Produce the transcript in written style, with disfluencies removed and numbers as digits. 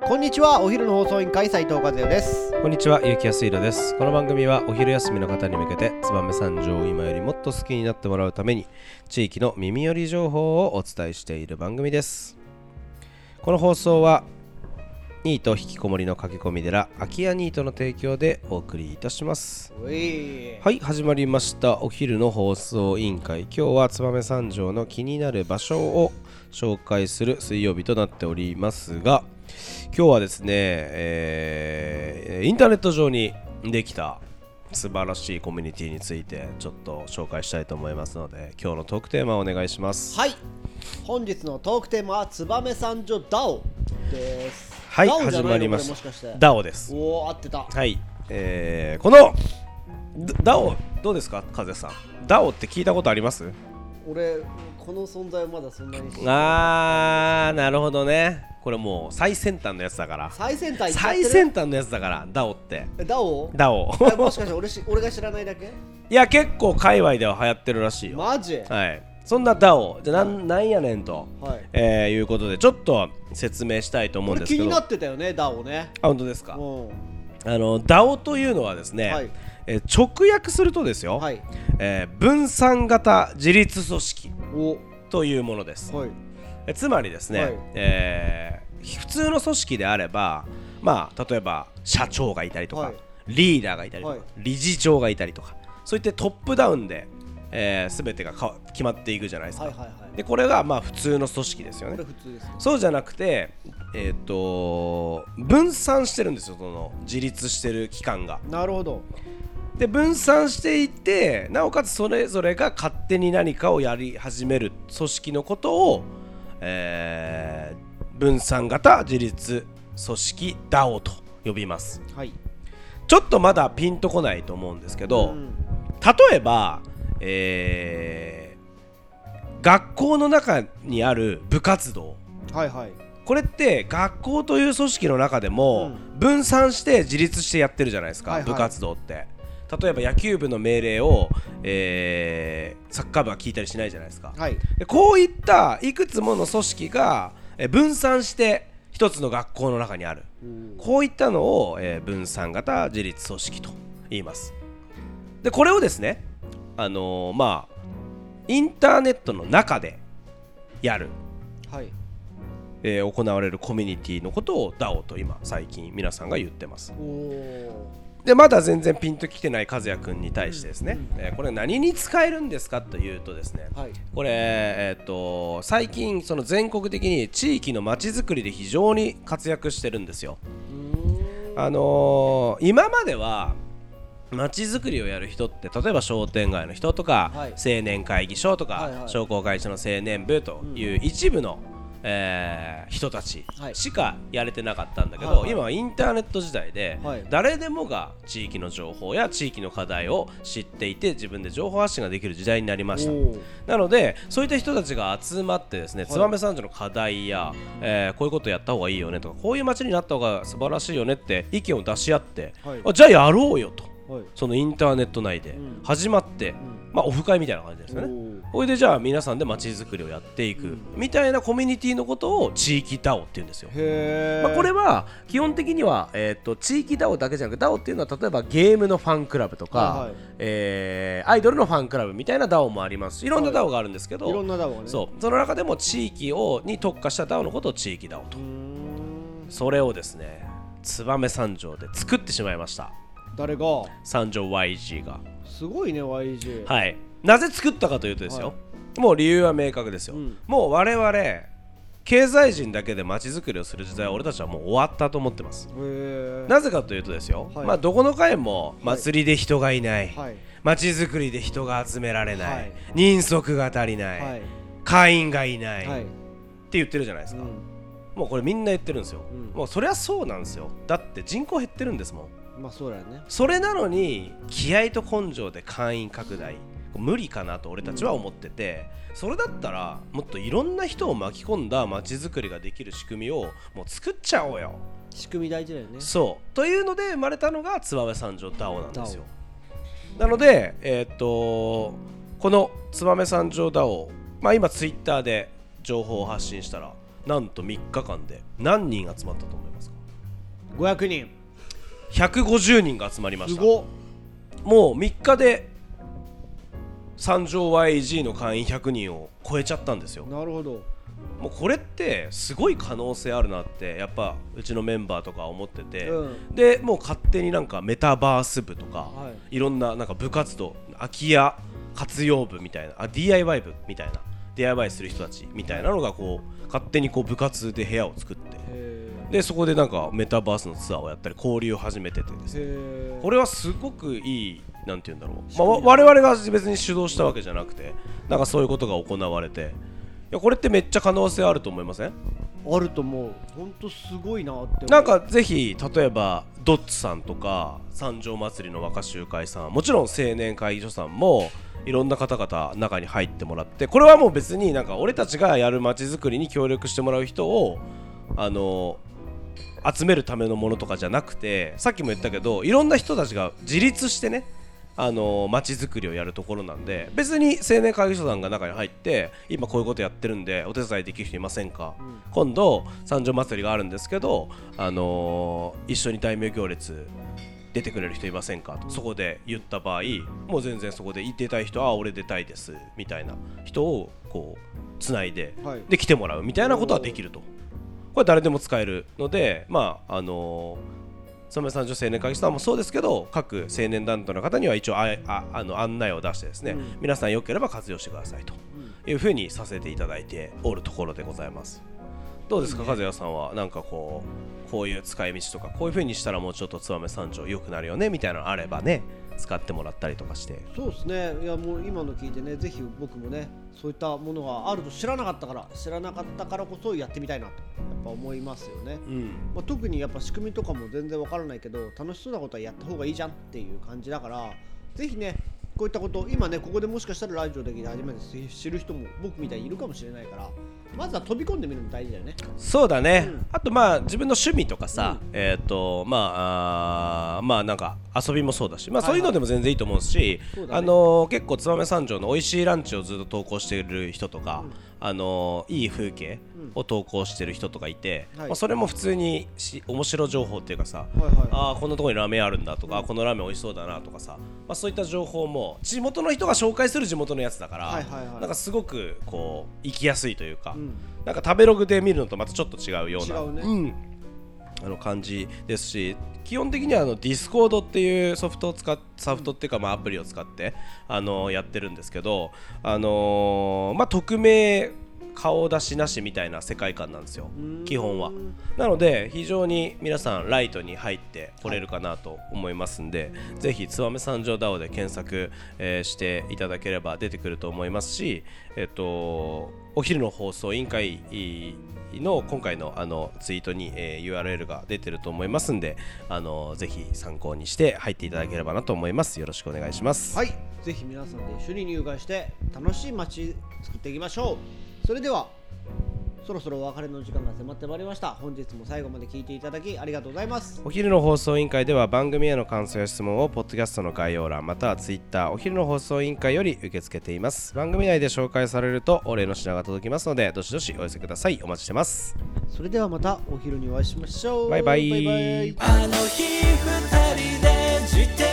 こんにちは。お昼の放送委員会斉藤和也です。 こんにちは、ゆうきやすいろです。この番組はお昼休みの方に向けて燕三条を今よりもっと好きになってもらうために地域の耳寄り情報をお伝えしている番組です。この放送はニート引きこもりの駆け込み寺空き家ニートの提供でお送りいたします。はい、始まりましたお昼の放送委員会。今日は燕三条の気になる場所を紹介する水曜日となっておりますが、今日はですね、インターネット上にできた素晴らしいコミュニティについてちょっと紹介したいと思いますので、今日のトークテーマをお願いします。 はい、本日のトークテーマは燕三条 DAO です。 はい、始まりました。DAO です。 おー、合ってた。 はい、この DAO どうですか、風さん。 DAO って聞いたことあります？ 俺この存在はまだそんなに。 なるほどね。これもう最先端のやつだから。最先端のやつだから DAO って。DAO もしかして俺が知らないだけ？ いや、結構界隈では流行ってるらしいよ。 マジ？ はい。そんな DAO じゃなんやねんと、いうことでちょっと説明したいと思うんですけど。 これ気になってたよね、 DAO ね。 あ、本当ですか。DAO というのはですね、直訳するとですよ、分散型自立組織というものです。つまりですね、普通の組織であれば、例えば社長がいたりとか、リーダーがいたりとか、理事長がいたりとか、そういったトップダウンで、全てが決まっていくじゃないですか。でこれが普通の組織ですよね。そうじゃなくて、分散してるんですよ、その自立してる機関が。なるほど。で分散していて、なおかつそれぞれが勝手に何かをやり始める組織のことを、分散型自立組織 DAO と呼びます。ちょっとまだピンとこないと思うんですけど、例えば、学校の中にある部活動、これって学校という組織の中でも分散して自立してやってるじゃないですか、部活動って。例えば野球部の命令を、サッカー部は聞いたりしないじゃないですか。でこういったいくつもの組織が分散して一つの学校の中にある、こういったのを、分散型自立組織と言います。でこれをですね、インターネットの中でやる、行われるコミュニティのことを DAO と今最近皆さんが言ってます。でまだ全然ピンときてない和也くんに対してですね、これ何に使えるんですかというとですね、これ、最近その全国的に地域のまちづくりで非常に活躍してるんですよ。今まではまちづくりをやる人って例えば商店街の人とか、青年会議所とか、商工会所の青年部という一部の、人たちしかやれてなかったんだけど、今はインターネット時代で、誰でもが地域の情報や地域の課題を知っていて自分で情報発信ができる時代になりました。なのでそういった人たちが集まってですね、燕三条の課題や、こういうことやった方がいいよねとか、こういう街になった方が素晴らしいよねって意見を出し合って、じゃあやろうよと、そのインターネット内で始まって、オフ会みたいな感じですよね。これでじゃあ皆さんで街づくりをやっていくみたいなコミュニティのことを地域 DAO って言うんですよ。これは基本的には、地域 DAO だけじゃなくて DAO っていうのは例えばゲームのファンクラブとか、アイドルのファンクラブみたいな DAO もありますし、いろんな DAO があるんですけど、その中でも地域に特化した DAO のことを地域 DAO と。それをですね、燕三条で作ってしまいました。 誰が？ 三条 YG が。 すごいね YG。 はい。なぜ作ったかというとですよ、もう理由は明確ですよ。もう我々経済人だけで街づくりをする時代は俺たちはもう終わったと思ってます。なぜかというとですよ、どこの会も祭りで人がいない、街づくりで人が集められない、人足が足りない、会員がいない、って言ってるじゃないですか。もうこれみんな言ってるんですよ。もうそりゃそうなんですよ。だって人口減ってるんですもん。そうだよね。それなのに気合と根性で会員拡大無理かなと俺たちは思ってて、それだったらもっといろんな人を巻き込んだ街づくりができる仕組みをもう作っちゃおうよ。 仕組み大事だよね。 そうというので生まれたのが燕三条 DAO なんですよ。なのでこの燕三条 DAO、今ツイッターで情報を発信したらなんと3日間で何人集まったと思いますか ？500人。 150人が集まりました。 すごっ。 もう3日で三条 YG の会員100人を超えちゃったんですよ。 なるほど。 もうこれってすごい可能性あるなってやっぱうちのメンバーとか思ってて、でもう勝手になんかメタバース部とか、いろんななんか部活動、空き家活用部みたいな、DIY 部みたいな DIY する人たちみたいなのがこう勝手にこう部活で部屋を作って、でそこでなんかメタバースのツアーをやったり交流を始めててですね、これはすごくいい、なんて言うんだろう、我々が別に主導したわけじゃなくて、なんかそういうことが行われて、いやこれってめっちゃ可能性あると思いません？ あると思う。ほんとすごいなって思う。 なんかぜひ例えばドッツさんとか三条祭りの若衆会さん、もちろん青年会議所さんもいろんな方々中に入ってもらって、これはもう別になんか俺たちがやる街づくりに協力してもらう人を集めるためのものとかじゃなくて、さっきも言ったけどいろんな人たちが自立してね街づくりをやるところなんで、別に青年会議所さんが中に入って今こういうことやってるんでお手伝いできる人いませんか、今度三条祭りがあるんですけど、一緒に大名行列出てくれる人いませんかと、そこで言った場合もう全然そこで出たい人は俺出たいですみたいな人をこうつないで、で来てもらうみたいなことはできると。これ誰でも使えるので、燕三条青年会議所さんもそうですけど、各青年団体の方には一応案内を出してですね、皆さんよければ活用してくださいというふうにさせていただいておるところでございます。どうですか、和也さんはなんかこういう使い道とか、こういうふうにしたらもうちょっと燕三条良くなるよねみたいなのあればね、使ってもらったりとかして。 そうですね。いやもう今の聞いてね、ぜひ僕もねそういったものがあると知らなかったからこそやってみたいなとやっぱ思いますよね。特にやっぱ仕組みとかも全然わからないけど、楽しそうなことはやった方がいいじゃんっていう感じだから、ぜひねこういったこと今ねここでもしかしたらラジオで初めて知る人も僕みたいにいるかもしれないから、まずは飛び込んでみるの大事だよね。 そうだね、あと自分の趣味とかさ、なんか遊びもそうだし、そういうのでも全然いいと思うし、結構燕三条の美味しいランチをずっと投稿している人とか、いい風景を投稿している人とかいて、それも普通に面白情報っていうかさ、こんなところにラーメンあるんだとか、このラーメン美味しそうだなとかさ、そういった情報も地元の人が紹介する地元のやつだから、なんかすごくこう行きやすいというか、なんか食べログで見るのとまたちょっと違うような感じですし、基本的にはディスコードっていうソフトっていうかアプリを使ってやってるんですけど、匿名顔出しなしみたいな世界観なんですよ、基本は。なので非常に皆さんライトに入ってこれるかなと思いますんで、ぜひ燕三条 DAO で検索、していただければ出てくると思いますし、お昼の放送委員会の今回のツイートに、URL が出てると思いますんで、ぜひ参考にして入っていただければなと思います。よろしくお願いします。 はい、ぜひ皆さんで一緒に入会して楽しい街作っていきましょう。それではそろそろお別れの時間が迫ってまいりました。本日も最後まで聞いていただきありがとうございます。 お昼の放送委員会では番組への感想や質問をポッドキャストの概要欄またはツイッターお昼の放送委員会より受け付けています。番組内で紹介されるとお礼の品が届きますので、どしどしお寄せください。お待ちしてます。 それではまたお昼にお会いしましょう。 バイバイ。 あの日二人で自転